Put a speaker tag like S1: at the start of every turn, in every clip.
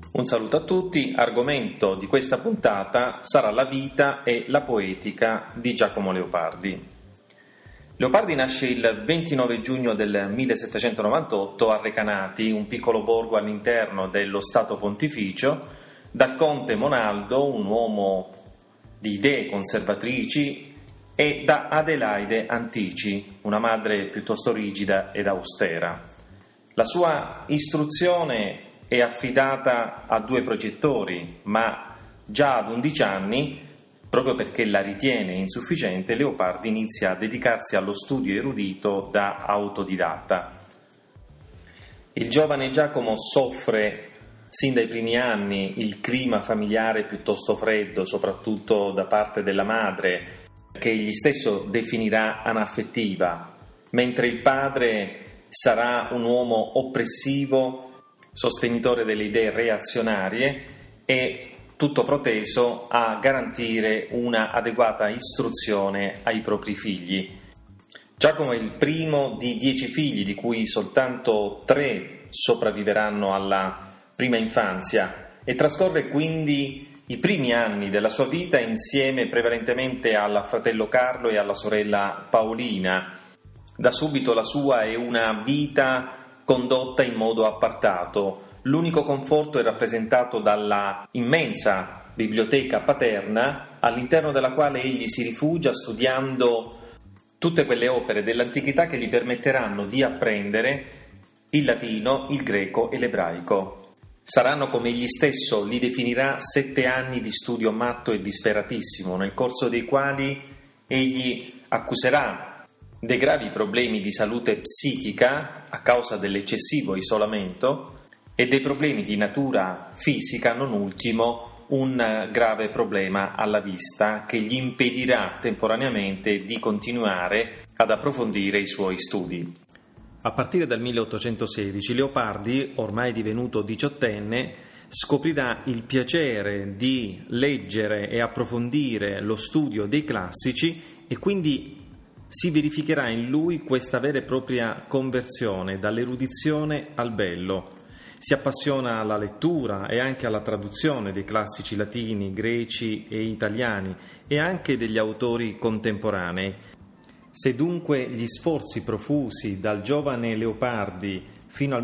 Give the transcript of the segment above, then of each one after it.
S1: Un saluto a tutti, argomento di questa puntata sarà la vita e la poetica di Giacomo Leopardi. Leopardi nasce il 29 giugno del 1798 a Recanati, un piccolo borgo all'interno dello Stato Pontificio, dal conte Monaldo, un uomo di idee conservatrici, e da Adelaide Antici, una madre piuttosto rigida ed austera. La sua istruzione è affidata a due progettori, ma già ad 11 anni, proprio perché la ritiene insufficiente, Leopardi inizia a dedicarsi allo studio erudito da autodidatta. Il giovane Giacomo soffre sin dai primi anni il clima familiare piuttosto freddo, soprattutto da parte della madre, che egli stesso definirà anaffettiva, mentre il padre sarà un uomo oppressivo, sostenitore delle idee reazionarie e tutto proteso a garantire una adeguata istruzione ai propri figli. Giacomo è il primo di 10 figli, di cui soltanto 3 sopravviveranno alla prima infanzia, e trascorre quindi i primi anni della sua vita insieme prevalentemente al fratello Carlo e alla sorella Paolina. Da subito la sua è una vita condotta in modo appartato. L'unico conforto è rappresentato dalla immensa biblioteca paterna, all'interno della quale egli si rifugia studiando tutte quelle opere dell'antichità che gli permetteranno di apprendere il latino, il greco e l'ebraico. Saranno, come egli stesso li definirà, 7 anni di studio matto e disperatissimo, nel corso dei quali egli accuserà dei gravi problemi di salute psichica a causa dell'eccessivo isolamento e dei problemi di natura fisica, non ultimo un grave problema alla vista che gli impedirà temporaneamente di continuare ad approfondire i suoi studi. A partire dal 1816 Leopardi, ormai divenuto diciottenne, scoprirà il piacere di leggere e approfondire lo studio dei classici e quindi si verificherà in lui questa vera e propria conversione dall'erudizione al bello. Si appassiona alla lettura e anche alla traduzione dei classici latini, greci e italiani e anche degli autori contemporanei. Se dunque gli sforzi profusi dal giovane Leopardi fino al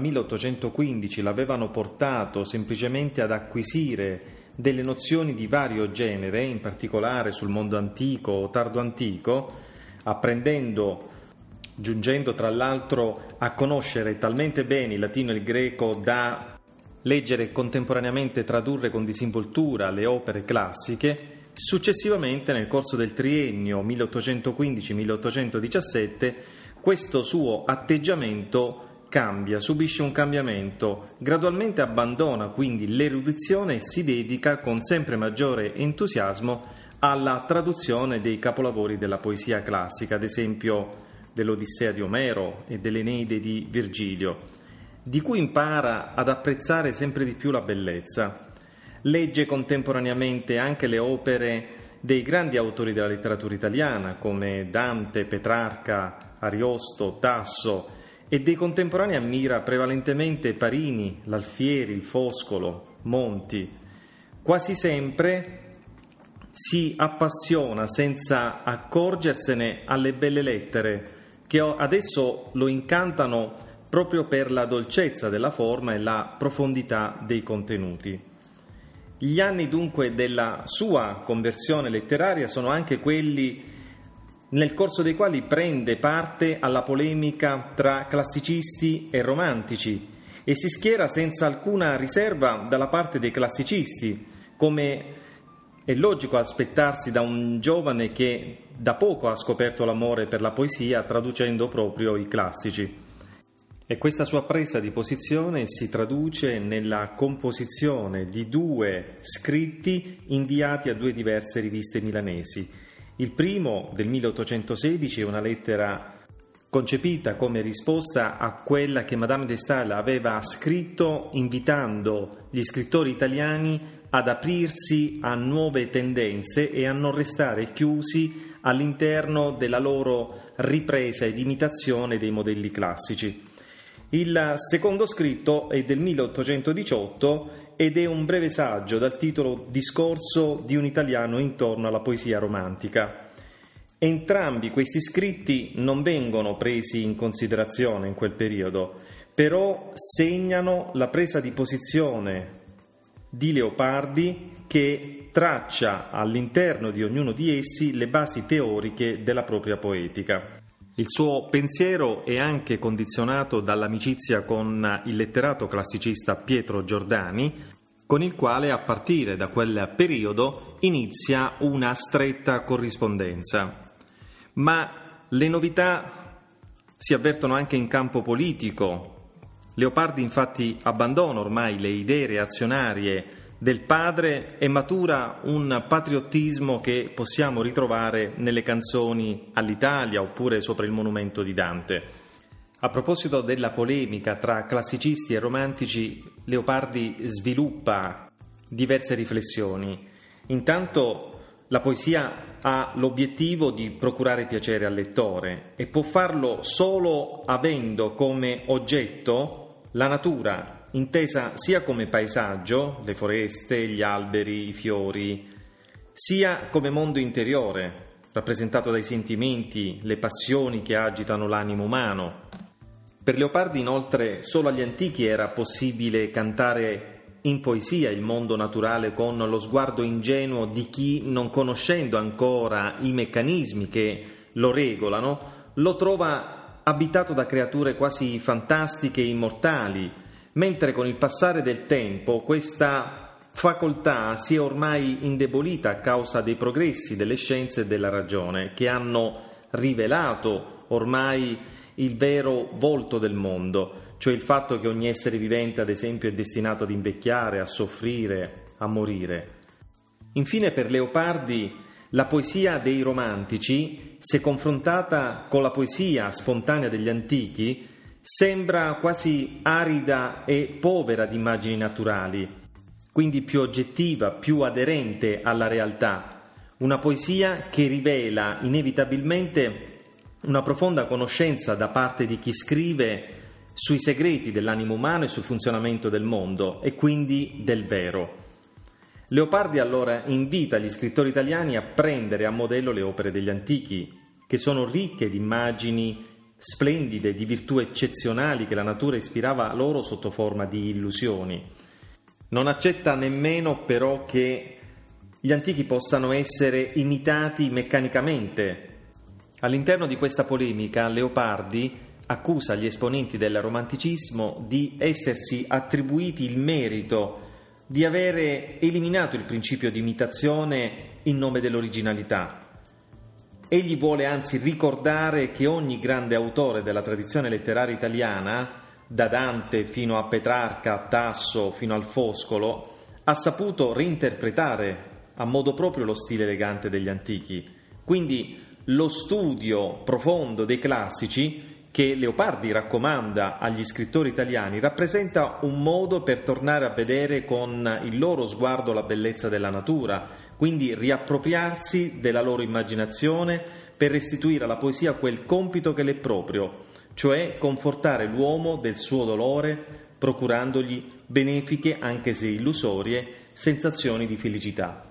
S1: 1815 l'avevano portato semplicemente ad acquisire delle nozioni di vario genere, in particolare sul mondo antico o tardo antico, apprendendo, giungendo tra l'altro a conoscere talmente bene il latino e il greco da leggere e contemporaneamente tradurre con disinvoltura le opere classiche, successivamente nel corso del triennio 1815-1817 questo suo atteggiamento cambia, subisce un cambiamento, gradualmente abbandona quindi l'erudizione e si dedica con sempre maggiore entusiasmo alla traduzione dei capolavori della poesia classica, ad esempio dell'Odissea di Omero e dell'Eneide di Virgilio, di cui impara ad apprezzare sempre di più la bellezza. Legge contemporaneamente anche le opere dei grandi autori della letteratura italiana, come Dante, Petrarca, Ariosto, Tasso, e dei contemporanei ammira prevalentemente Parini, l'Alfieri, il Foscolo, Monti. Quasi sempre si appassiona senza accorgersene alle belle lettere che adesso lo incantano proprio per la dolcezza della forma e la profondità dei contenuti. Gli anni dunque della sua conversione letteraria sono anche quelli nel corso dei quali prende parte alla polemica tra classicisti e romantici e si schiera senza alcuna riserva dalla parte dei classicisti, come è logico aspettarsi da un giovane che da poco ha scoperto l'amore per la poesia traducendo proprio i classici. E questa sua presa di posizione si traduce nella composizione di 2 scritti inviati a 2 diverse riviste milanesi. Il primo, del 1816, è una lettera concepita come risposta a quella che Madame de Staël aveva scritto invitando gli scrittori italiani ad aprirsi a nuove tendenze e a non restare chiusi all'interno della loro ripresa ed imitazione dei modelli classici.
S2: Il secondo scritto è del 1818 ed è un breve saggio dal titolo Discorso di un italiano intorno alla poesia romantica. Entrambi questi scritti non vengono presi in considerazione in quel periodo, però segnano la presa di posizione di Leopardi, che traccia all'interno di ognuno di essi le basi teoriche della propria poetica. Il suo pensiero è anche condizionato dall'amicizia con il letterato classicista Pietro Giordani, con il quale a partire da quel periodo inizia una stretta corrispondenza. Ma le novità si avvertono anche in campo politico. Leopardi infatti abbandona ormai le idee reazionarie del padre e matura un patriottismo che possiamo ritrovare nelle canzoni all'Italia oppure sopra il monumento di Dante. A proposito della polemica tra classicisti e romantici, Leopardi sviluppa diverse riflessioni. Intanto la poesia ha l'obiettivo di procurare piacere al lettore e può farlo solo avendo come oggetto la natura, intesa sia come paesaggio, le foreste, gli alberi, i fiori, sia come mondo interiore, rappresentato dai sentimenti, le passioni che agitano l'animo umano. Per Leopardi, inoltre, solo agli antichi era possibile cantare in poesia il mondo naturale con lo sguardo ingenuo di chi, non conoscendo ancora i meccanismi che lo regolano, lo trova abitato da creature quasi fantastiche e immortali, mentre con il passare del tempo questa facoltà si è ormai indebolita a causa dei progressi delle scienze e della ragione, che hanno rivelato ormai il vero volto del mondo, cioè il fatto che ogni essere vivente, ad esempio, è destinato ad invecchiare, a soffrire, a morire. Infine, per Leopardi, la poesia dei romantici, se confrontata con la poesia spontanea degli antichi, sembra quasi arida e povera di immagini naturali, quindi più oggettiva, più aderente alla realtà, una poesia che rivela inevitabilmente una profonda conoscenza da parte di chi scrive sui segreti dell'animo umano e sul funzionamento del mondo e quindi del vero. Leopardi allora invita gli scrittori italiani a prendere a modello le opere degli antichi, che sono ricche di immagini splendide, di virtù eccezionali che la natura ispirava loro sotto forma di illusioni. Non accetta nemmeno però che gli antichi possano essere imitati meccanicamente. All'interno di questa polemica Leopardi accusa gli esponenti del romanticismo di essersi attribuiti il merito di avere eliminato il principio di imitazione in nome dell'originalità. Egli vuole anzi ricordare che ogni grande autore della tradizione letteraria italiana, da Dante fino a Petrarca, a Tasso fino al Foscolo, ha saputo reinterpretare a modo proprio lo stile elegante degli antichi. Quindi lo studio profondo dei classici che Leopardi raccomanda agli scrittori italiani rappresenta un modo per tornare a vedere con il loro sguardo la bellezza della natura, quindi riappropriarsi della loro immaginazione per restituire alla poesia quel compito che le è proprio, cioè confortare l'uomo del suo dolore, procurandogli benefiche, anche se illusorie, sensazioni di felicità.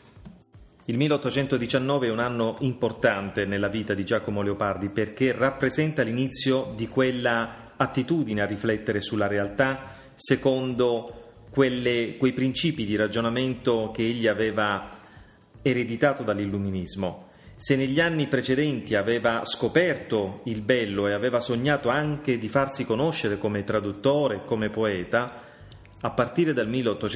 S2: Il 1819 è un anno importante nella vita di Giacomo Leopardi perché rappresenta l'inizio di quella attitudine a riflettere sulla realtà secondo quei principi di ragionamento che egli aveva ereditato dall'illuminismo. Se negli anni precedenti aveva scoperto il bello e aveva sognato anche di farsi conoscere come traduttore e come poeta, a partire dal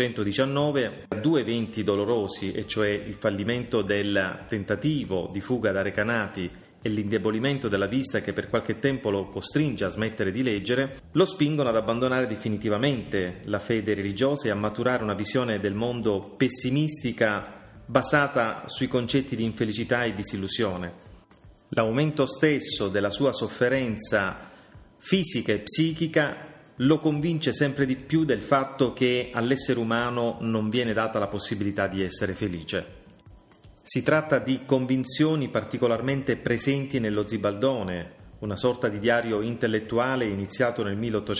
S2: 1819 due eventi dolorosi, e cioè il fallimento del tentativo di fuga da Recanati e l'indebolimento della vista che per qualche tempo lo costringe a smettere di leggere, lo spingono ad abbandonare definitivamente la fede religiosa e a maturare una visione del mondo pessimistica basata sui concetti di infelicità e disillusione. L'aumento stesso della sua sofferenza fisica e psichica lo convince sempre di più del fatto che all'essere umano non viene data la possibilità di essere felice. Si tratta di convinzioni particolarmente presenti nello Zibaldone, una sorta di diario intellettuale iniziato nel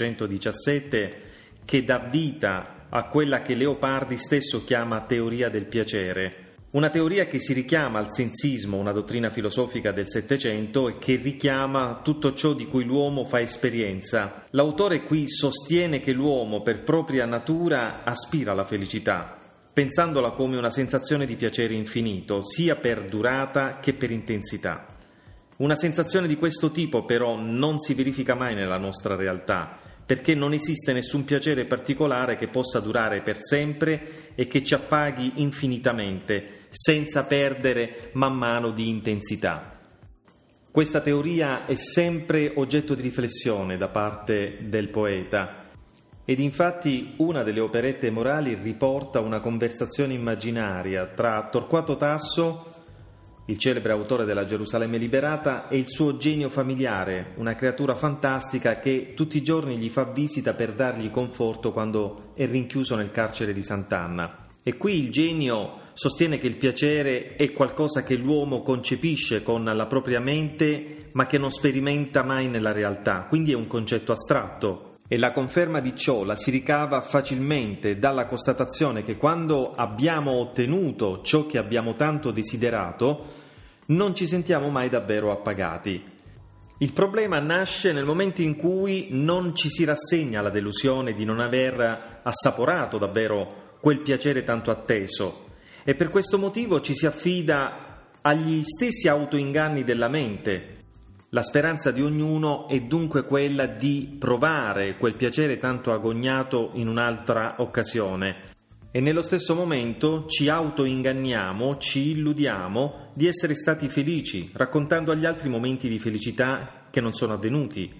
S2: 1817 che dà vita a quella che Leopardi stesso chiama teoria del piacere. Una teoria che si richiama al sensismo, una dottrina filosofica del Settecento, e che richiama tutto ciò di cui l'uomo fa esperienza. L'autore qui sostiene che l'uomo, per propria natura, aspira alla felicità, pensandola come una sensazione di piacere infinito, sia per durata che per intensità. Una sensazione di questo tipo, però, non si verifica mai nella nostra realtà, perché non esiste nessun piacere particolare che possa durare per sempre e che ci appaghi infinitamente, senza perdere man mano di intensità. Questa teoria è sempre oggetto di riflessione da parte del poeta, ed infatti una delle operette morali riporta una conversazione immaginaria tra Torquato Tasso, il celebre autore della Gerusalemme liberata, e il suo genio familiare, una creatura fantastica che tutti i giorni gli fa visita per dargli conforto quando è rinchiuso nel carcere di Sant'Anna. E qui il genio sostiene che il piacere è qualcosa che l'uomo concepisce con la propria mente, ma che non sperimenta mai nella realtà, quindi è un concetto astratto. E la conferma di ciò la si ricava facilmente dalla constatazione che quando abbiamo ottenuto ciò che abbiamo tanto desiderato, non ci sentiamo mai davvero appagati. Il problema nasce nel momento in cui non ci si rassegna alla delusione di non aver assaporato davvero quel piacere tanto atteso, e per questo motivo ci si affida agli stessi autoinganni della mente. La speranza di ognuno è dunque quella di provare quel piacere tanto agognato in un'altra occasione, e nello stesso momento ci autoinganniamo, ci illudiamo di essere stati felici, raccontando agli altri momenti di felicità che non sono avvenuti.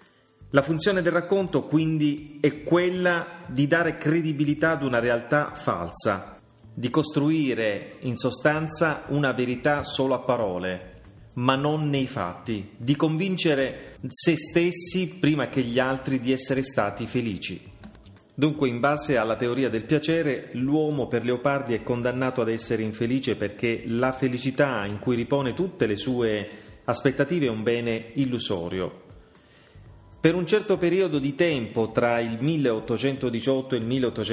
S2: La funzione del racconto quindi è quella di dare credibilità ad una realtà falsa, di costruire in sostanza una verità solo a parole, ma non nei fatti, di convincere se stessi prima che gli altri di essere stati felici. Dunque, in base alla teoria del piacere, l'uomo per Leopardi è condannato ad essere infelice perché la felicità in cui ripone tutte le sue aspettative è un bene illusorio. Per un certo periodo di tempo, tra il 1818 e il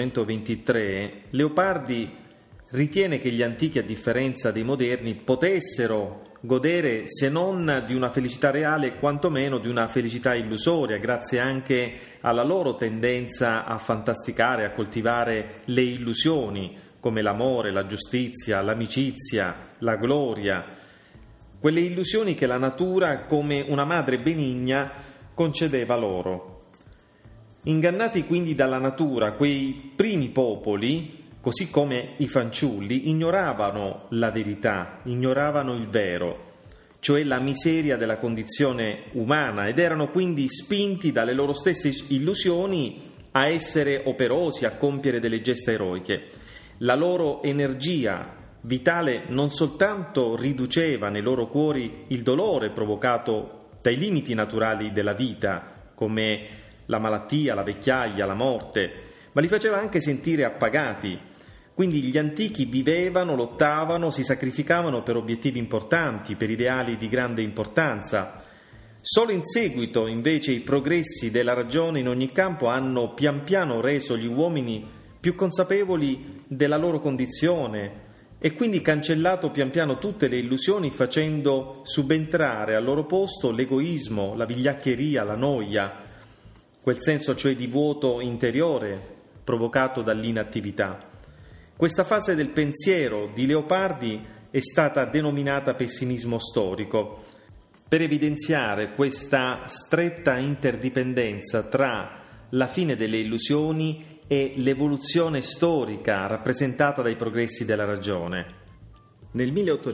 S2: 1823, Leopardi ritiene che gli antichi, a differenza dei moderni, potessero godere se non di una felicità reale, quantomeno di una felicità illusoria, grazie anche alla loro tendenza a fantasticare, a coltivare le illusioni, come l'amore, la giustizia, l'amicizia, la gloria, quelle illusioni che la natura, come una madre benigna, concedeva loro. Ingannati quindi dalla natura, quei primi popoli, così come i fanciulli, ignoravano la verità, ignoravano il vero, cioè la miseria della condizione umana, ed erano quindi spinti dalle loro stesse illusioni a essere operosi, a compiere delle gesta eroiche. La loro energia vitale non soltanto riduceva nei loro cuori il dolore provocato dai limiti naturali della vita, come la malattia, la vecchiaia, la morte, ma li faceva anche sentire appagati. Quindi gli antichi vivevano, lottavano, si sacrificavano per obiettivi importanti, per ideali di grande importanza. Solo in seguito, invece, i progressi della ragione in ogni campo hanno pian piano reso gli uomini più consapevoli della loro condizione, e quindi cancellato pian piano tutte le illusioni, facendo subentrare al loro posto l'egoismo, la vigliaccheria, la noia, quel senso cioè di vuoto interiore provocato dall'inattività. Questa fase del pensiero di Leopardi è stata denominata pessimismo storico, per evidenziare questa stretta interdipendenza tra la fine delle illusioni e l'evoluzione storica rappresentata dai progressi della ragione. Nel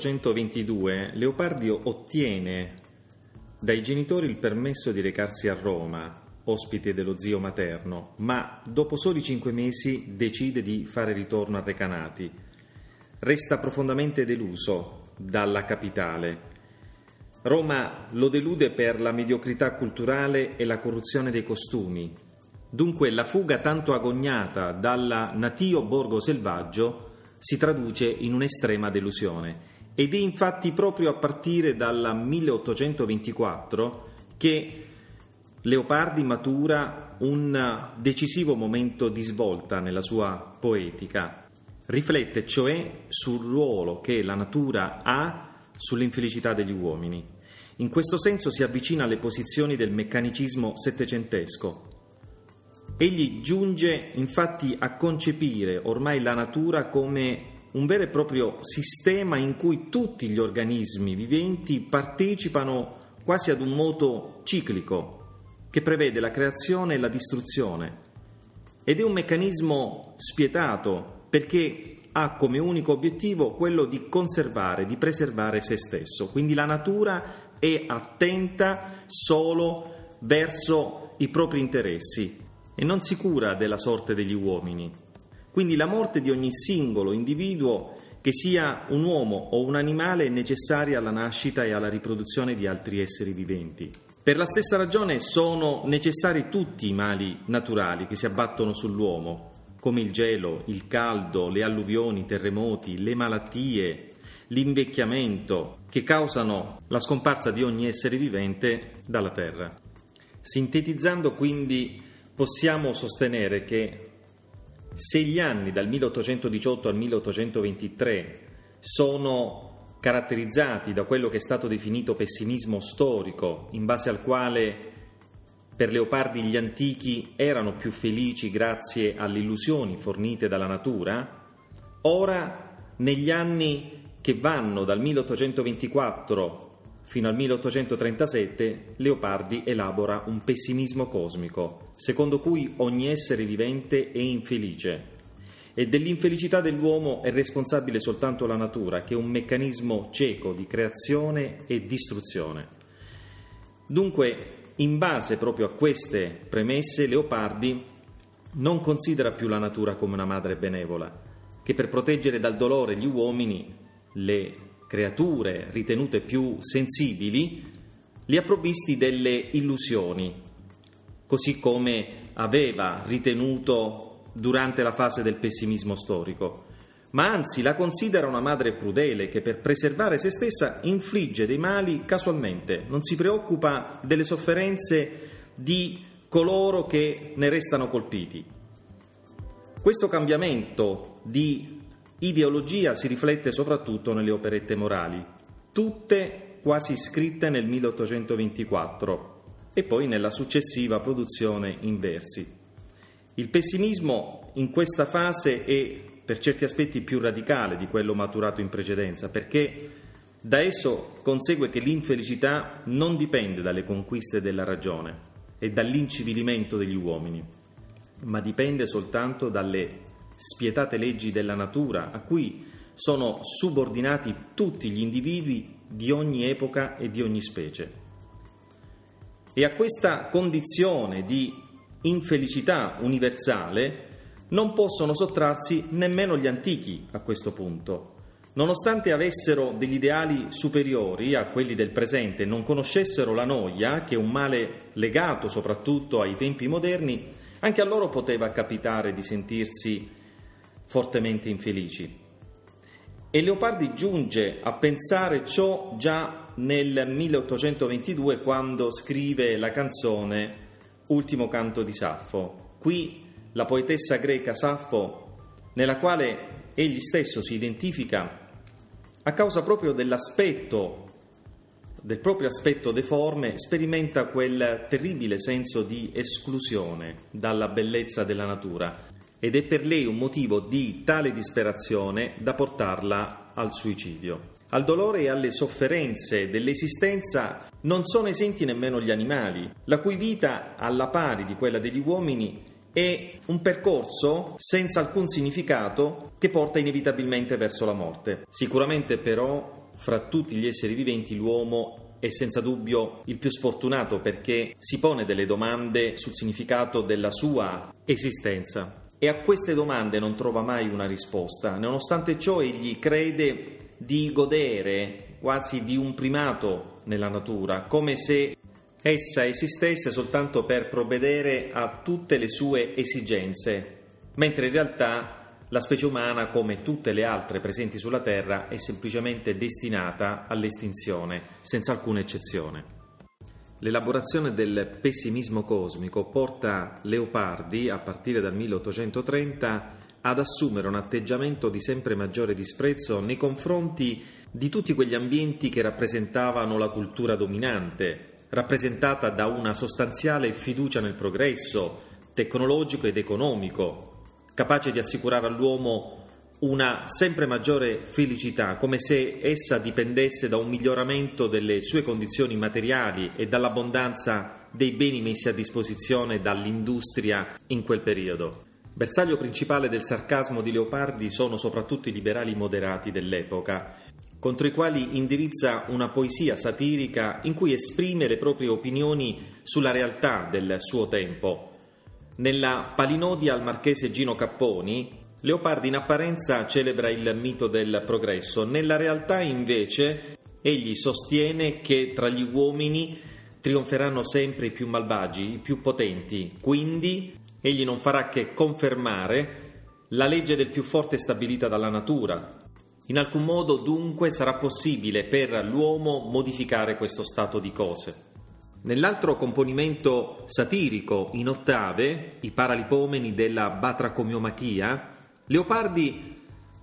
S2: 1822 Leopardi ottiene dai genitori il permesso di recarsi a Roma, ospite dello zio materno, ma dopo soli 5 mesi decide di fare ritorno a Recanati. Resta profondamente deluso dalla capitale. Roma lo delude per la mediocrità culturale e la corruzione dei costumi. Dunque la fuga tanto agognata dal natio borgo selvaggio si traduce in un'estrema delusione Ed è infatti proprio a partire dal 1824 che Leopardi matura un decisivo momento di svolta nella sua poetica. Riflette cioè sul ruolo che la natura ha sull'infelicità degli uomini. In questo senso si avvicina alle posizioni del meccanicismo settecentesco. Egli giunge infatti a concepire ormai la natura come un vero e proprio sistema in cui tutti gli organismi viventi partecipano quasi ad un moto ciclico che prevede la creazione e la distruzione. Ed è un meccanismo spietato perché ha come unico obiettivo quello di conservare, di preservare se stesso. Quindi la natura è attenta solo verso i propri interessi e non si cura della sorte degli uomini. Quindi la morte di ogni singolo individuo, che sia un uomo o un animale, è necessaria alla nascita e alla riproduzione di altri esseri viventi. Per la stessa ragione sono necessari tutti i mali naturali che si abbattono sull'uomo, come il gelo, il caldo, le alluvioni, i terremoti, le malattie, l'invecchiamento, che causano la scomparsa di ogni essere vivente dalla terra. Sintetizzando quindi, possiamo sostenere che se gli anni dal 1818 al 1823 sono caratterizzati da quello che è stato definito pessimismo storico, in base al quale per Leopardi gli antichi erano più felici grazie alle illusioni fornite dalla natura, ora negli anni che vanno dal 1824 fino al 1837 Leopardi elabora un pessimismo cosmico, secondo cui ogni essere vivente è infelice e dell'infelicità dell'uomo è responsabile soltanto la natura, che è un meccanismo cieco di creazione e distruzione. Dunque, in base proprio a queste premesse, Leopardi non considera più la natura come una madre benevola, che per proteggere dal dolore gli uomini, le creature ritenute più sensibili, li ha provvisti delle illusioni, così come aveva ritenuto durante la fase del pessimismo storico, ma anzi la considera una madre crudele che per preservare se stessa infligge dei mali casualmente, non si preoccupa delle sofferenze di coloro che ne restano colpiti. Questo cambiamento di ideologia si riflette soprattutto nelle operette morali, tutte quasi scritte nel 1824 e poi nella successiva produzione in versi. Il pessimismo in questa fase è per certi aspetti più radicale di quello maturato in precedenza, perché da esso consegue che l'infelicità non dipende dalle conquiste della ragione e dall'incivilimento degli uomini, ma dipende soltanto dalle spietate leggi della natura a cui sono subordinati tutti gli individui di ogni epoca e di ogni specie. E a questa condizione di infelicità universale non possono sottrarsi nemmeno gli antichi a questo punto. Nonostante avessero degli ideali superiori a quelli del presente e non conoscessero la noia, che è un male legato soprattutto ai tempi moderni, anche a loro poteva capitare di sentirsi fortemente infelici. E Leopardi giunge a pensare ciò già nel 1822, quando scrive la canzone Ultimo canto di Saffo. Qui la poetessa greca Saffo, nella quale egli stesso si identifica a causa proprio del proprio aspetto deforme, sperimenta quel terribile senso di esclusione dalla bellezza della natura ed è per lei un motivo di tale disperazione da portarla al suicidio. Al dolore e alle sofferenze dell'esistenza non sono esenti nemmeno gli animali, la cui vita, alla pari di quella degli uomini, è un percorso senza alcun significato che porta inevitabilmente verso la morte. Sicuramente però, fra tutti gli esseri viventi, l'uomo è senza dubbio il più sfortunato, perché si pone delle domande sul significato della sua esistenza e a queste domande non trova mai una risposta. Nonostante ciò, egli crede di godere quasi di un primato nella natura, come se essa esistesse soltanto per provvedere a tutte le sue esigenze, mentre in realtà la specie umana, come tutte le altre presenti sulla Terra, è semplicemente destinata all'estinzione, senza alcuna eccezione. L'elaborazione del pessimismo cosmico porta Leopardi, a partire dal 1830, ad assumere un atteggiamento di sempre maggiore disprezzo nei confronti di tutti quegli ambienti che rappresentavano la cultura dominante, rappresentata da una sostanziale fiducia nel progresso tecnologico ed economico, capace di assicurare all'uomo una sempre maggiore felicità, come se essa dipendesse da un miglioramento delle sue condizioni materiali e dall'abbondanza dei beni messi a disposizione dall'industria in quel periodo. Bersaglio principale del sarcasmo di Leopardi sono soprattutto i liberali moderati dell'epoca, contro i quali indirizza una poesia satirica in cui esprime le proprie opinioni sulla realtà del suo tempo. Nella Palinodia al marchese Gino Capponi, Leopardi in apparenza celebra il mito del progresso, nella realtà invece egli sostiene che tra gli uomini trionferanno sempre i più malvagi, i più potenti, quindi egli non farà che confermare la legge del più forte stabilita dalla natura. In alcun modo dunque sarà possibile per l'uomo modificare questo stato di cose. Nell'altro componimento satirico in ottave, i Paralipomeni della Batracomiomachia, Leopardi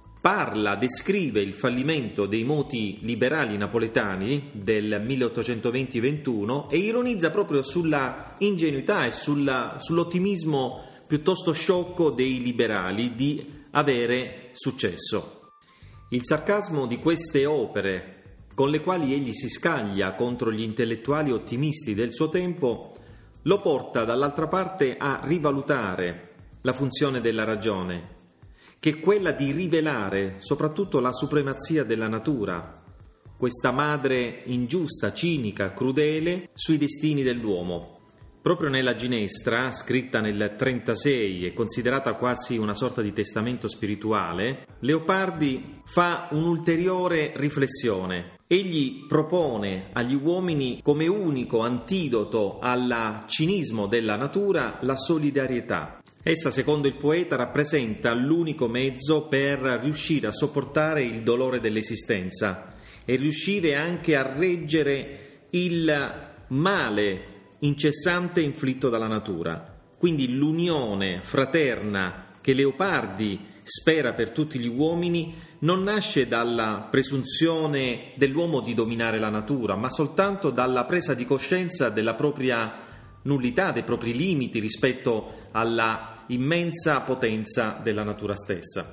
S2: descrive il fallimento dei moti liberali napoletani del 1820-21 e ironizza proprio sulla ingenuità e sull'ottimismo piuttosto sciocco dei liberali di avere successo. Il sarcasmo di queste opere, con le quali egli si scaglia contro gli intellettuali ottimisti del suo tempo, lo porta dall'altra parte a rivalutare la funzione della ragione, che è quella di rivelare soprattutto la supremazia della natura, questa madre ingiusta, cinica, crudele sui destini dell'uomo. Proprio nella Ginestra, scritta nel 36 e considerata quasi una sorta di testamento spirituale, Leopardi fa un'ulteriore riflessione. Egli propone agli uomini come unico antidoto al cinismo della natura la solidarietà. Essa, secondo il poeta, rappresenta l'unico mezzo per riuscire a sopportare il dolore dell'esistenza e riuscire anche a reggere il male incessante inflitto dalla natura. Quindi l'unione fraterna che Leopardi spera per tutti gli uomini non nasce dalla presunzione dell'uomo di dominare la natura, ma soltanto dalla presa di coscienza della propria nullità, dei propri limiti rispetto alla immensa potenza della natura stessa.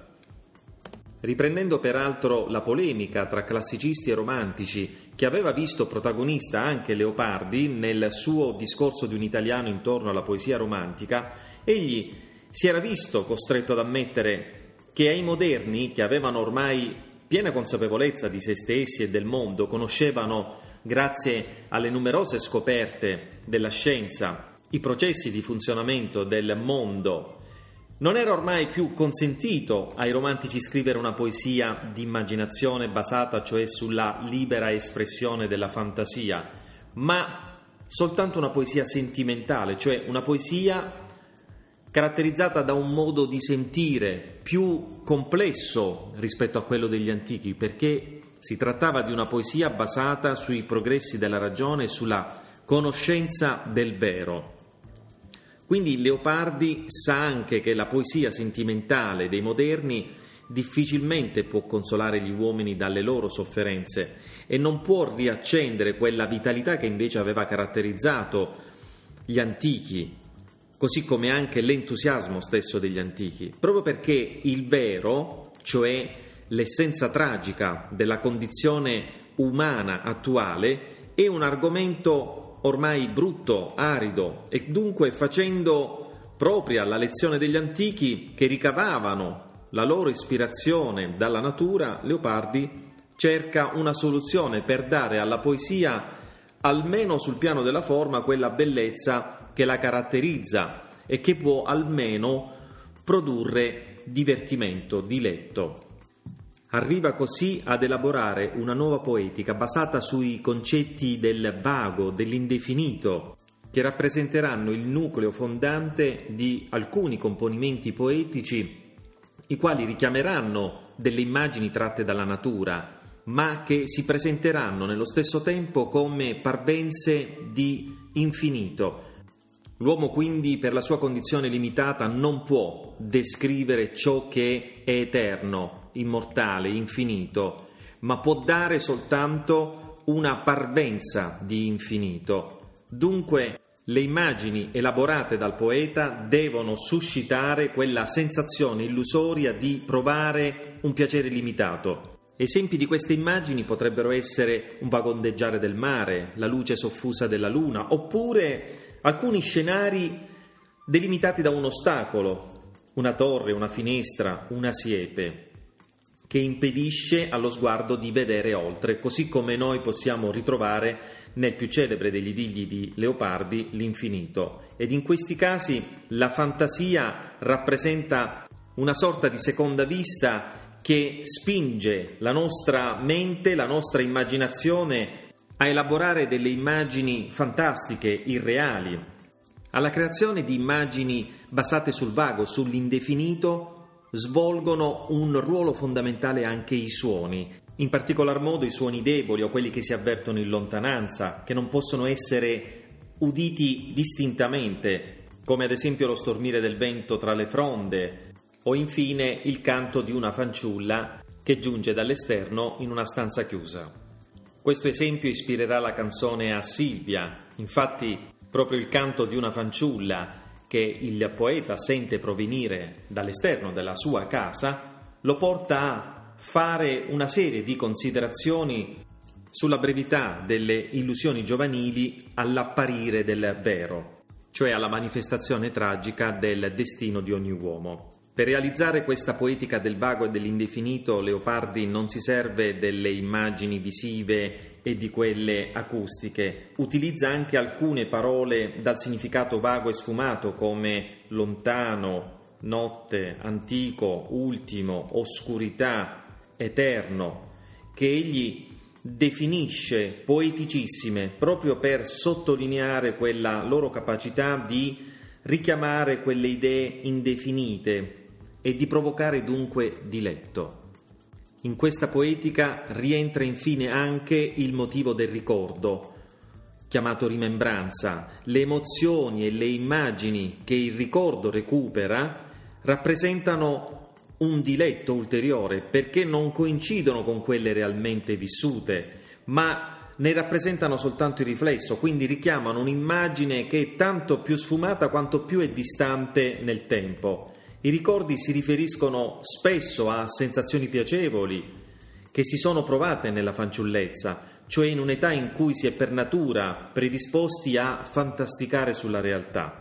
S2: Riprendendo peraltro la polemica tra classicisti e romantici che aveva visto protagonista anche Leopardi nel suo discorso di un italiano intorno alla poesia romantica, egli si era visto costretto ad ammettere che ai moderni, che avevano ormai piena consapevolezza di se stessi e del mondo, conoscevano, grazie alle numerose scoperte della scienza, i processi di funzionamento del mondo, non era ormai più consentito ai romantici scrivere una poesia di immaginazione basata cioè sulla libera espressione della fantasia, ma soltanto una poesia sentimentale, cioè una poesia caratterizzata da un modo di sentire più complesso rispetto a quello degli antichi, perché si trattava di una poesia basata sui progressi della ragione e sulla conoscenza del vero. Quindi Leopardi sa anche che la poesia sentimentale dei moderni difficilmente può consolare gli uomini dalle loro sofferenze e non può riaccendere quella vitalità che invece aveva caratterizzato gli antichi, così come anche l'entusiasmo stesso degli antichi, proprio perché il vero, cioè l'essenza tragica della condizione umana attuale, è un argomento ormai brutto, arido, e dunque facendo propria la lezione degli antichi che ricavavano la loro ispirazione dalla natura, Leopardi cerca una soluzione per dare alla poesia, almeno sul piano della forma, quella bellezza che la caratterizza e che può almeno produrre divertimento, diletto. Arriva così ad elaborare una nuova poetica basata sui concetti del vago, dell'indefinito, che rappresenteranno il nucleo fondante di alcuni componimenti poetici
S1: i quali richiameranno delle immagini tratte dalla natura, ma che si presenteranno nello stesso tempo come parvenze di infinito. L'uomo quindi, per la sua condizione limitata, non può descrivere ciò che è eterno, immortale, infinito, ma può dare soltanto una parvenza di infinito. Dunque, le immagini elaborate dal poeta devono suscitare quella sensazione illusoria di provare un piacere limitato. Esempi di queste immagini potrebbero essere un vagondeggiare del mare, la luce soffusa della luna, oppure alcuni scenari delimitati da un ostacolo, una torre, una finestra, una siepe, che impedisce allo sguardo di vedere oltre, così come noi possiamo ritrovare nel più celebre degli idilli di Leopardi, l'infinito. Ed in questi casi la fantasia rappresenta una sorta di seconda vista che spinge la nostra mente, la nostra immaginazione a elaborare delle immagini fantastiche, irreali. Alla creazione di immagini basate sul vago, sull'indefinito, svolgono un ruolo fondamentale anche i suoni, in particolar modo i suoni deboli o quelli che si avvertono in lontananza, che non possono essere uditi distintamente, come ad esempio lo stormire del vento tra le fronde, o infine il canto di una fanciulla che giunge dall'esterno in una stanza chiusa. Questo esempio ispirerà la canzone a Silvia. Infatti, proprio il canto di una fanciulla che il poeta sente provenire dall'esterno della sua casa lo porta a fare una serie di considerazioni sulla brevità delle illusioni giovanili all'apparire del vero, cioè alla manifestazione tragica del destino di ogni uomo. Per realizzare questa poetica del vago e dell'indefinito, Leopardi non si serve delle immagini visive e di quelle acustiche. Utilizza anche alcune parole dal significato vago e sfumato come lontano, notte, antico, ultimo, oscurità, eterno, che egli definisce poeticissime proprio per sottolineare quella loro capacità di richiamare quelle idee indefinite e di provocare dunque diletto. In questa poetica rientra infine anche il motivo del ricordo, chiamato rimembranza. Le emozioni e le immagini che il ricordo recupera rappresentano un diletto ulteriore perché non coincidono con quelle realmente vissute, ma ne rappresentano soltanto il riflesso, quindi richiamano un'immagine che è tanto più sfumata quanto più è distante nel tempo. I ricordi si riferiscono spesso a sensazioni piacevoli che si sono provate nella fanciullezza, cioè in un'età in cui si è per natura predisposti a fantasticare sulla realtà.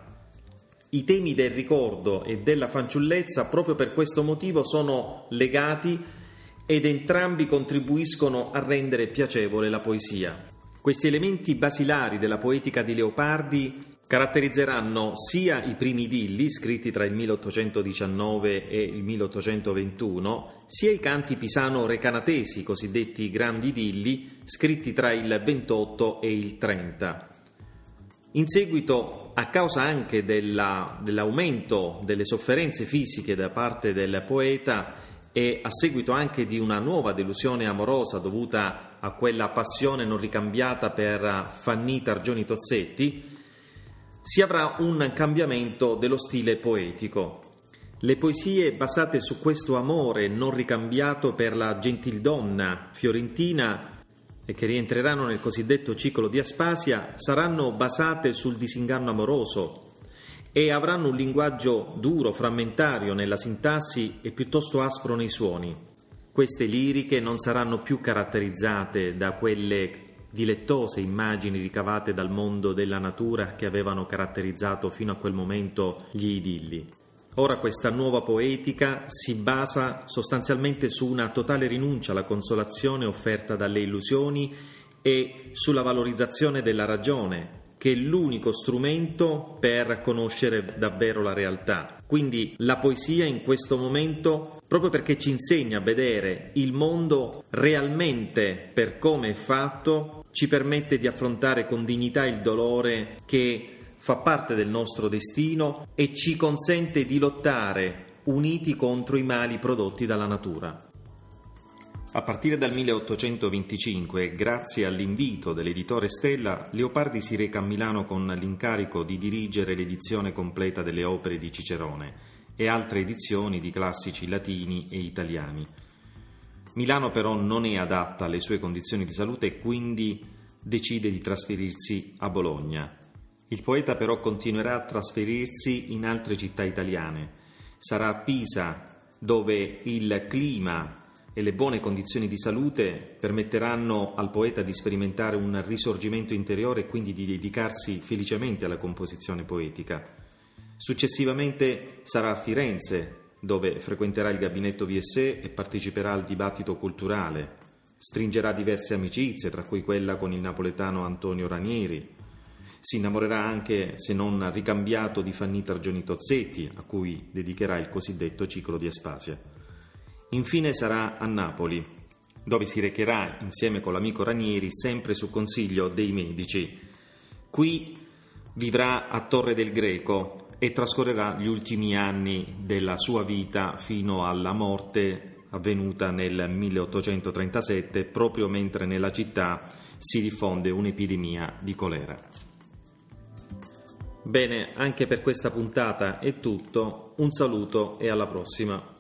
S1: I temi del ricordo e della fanciullezza proprio per questo motivo sono legati ed entrambi contribuiscono a rendere piacevole la poesia. Questi elementi basilari della poetica di Leopardi caratterizzeranno sia i primi idilli scritti tra il 1819 e il 1821, sia i canti pisano-recanatesi, cosiddetti grandi idilli, scritti tra il 28 e il 30. In seguito, a causa anche dell'aumento delle sofferenze fisiche da parte del poeta e a seguito anche di una nuova delusione amorosa dovuta a quella passione non ricambiata per Fanny Targioni Tozzetti, si avrà un cambiamento dello stile poetico. Le poesie basate su questo amore non ricambiato per la gentildonna fiorentina e che rientreranno nel cosiddetto ciclo di Aspasia saranno basate sul disinganno amoroso e avranno un linguaggio duro, frammentario nella sintassi e piuttosto aspro nei suoni. Queste liriche non saranno più caratterizzate da quelle dilettose immagini ricavate dal mondo della natura che avevano caratterizzato fino a quel momento gli idilli. Ora questa nuova poetica si basa sostanzialmente su una totale rinuncia alla consolazione offerta dalle illusioni e sulla valorizzazione della ragione, che è l'unico strumento per conoscere davvero la realtà. Quindi la poesia in questo momento, proprio perché ci insegna a vedere il mondo realmente per come è fatto, ci permette di affrontare con dignità il dolore che fa parte del nostro destino e ci consente di lottare
S2: uniti contro i mali prodotti dalla natura.
S1: A partire dal 1825, grazie all'invito dell'editore Stella, Leopardi si reca a Milano con l'incarico di dirigere l'edizione completa delle opere di Cicerone e altre edizioni di classici latini e italiani. Milano però non è adatta alle sue condizioni di salute e quindi decide di trasferirsi a Bologna. Il poeta però continuerà a trasferirsi in altre città italiane. Sarà a Pisa, dove il clima e le buone condizioni di salute permetteranno al poeta di sperimentare un risorgimento interiore e quindi di dedicarsi felicemente alla composizione poetica. Successivamente sarà a Firenze, dove frequenterà il gabinetto Viessé e parteciperà al dibattito culturale. Stringerà diverse amicizie, tra cui quella con il napoletano Antonio Ranieri. Si innamorerà anche, se non ricambiato, di Fanny Targioni Tozzetti, a cui dedicherà il cosiddetto ciclo di Aspasia. Infine sarà a Napoli, dove si recherà insieme con l'amico Ranieri, sempre su consiglio dei medici. Qui vivrà a Torre del Greco e trascorrerà gli ultimi anni della sua vita fino alla morte avvenuta nel 1837, proprio mentre nella città si diffonde un'epidemia di colera. Bene, anche per questa puntata è tutto. Un saluto e alla prossima.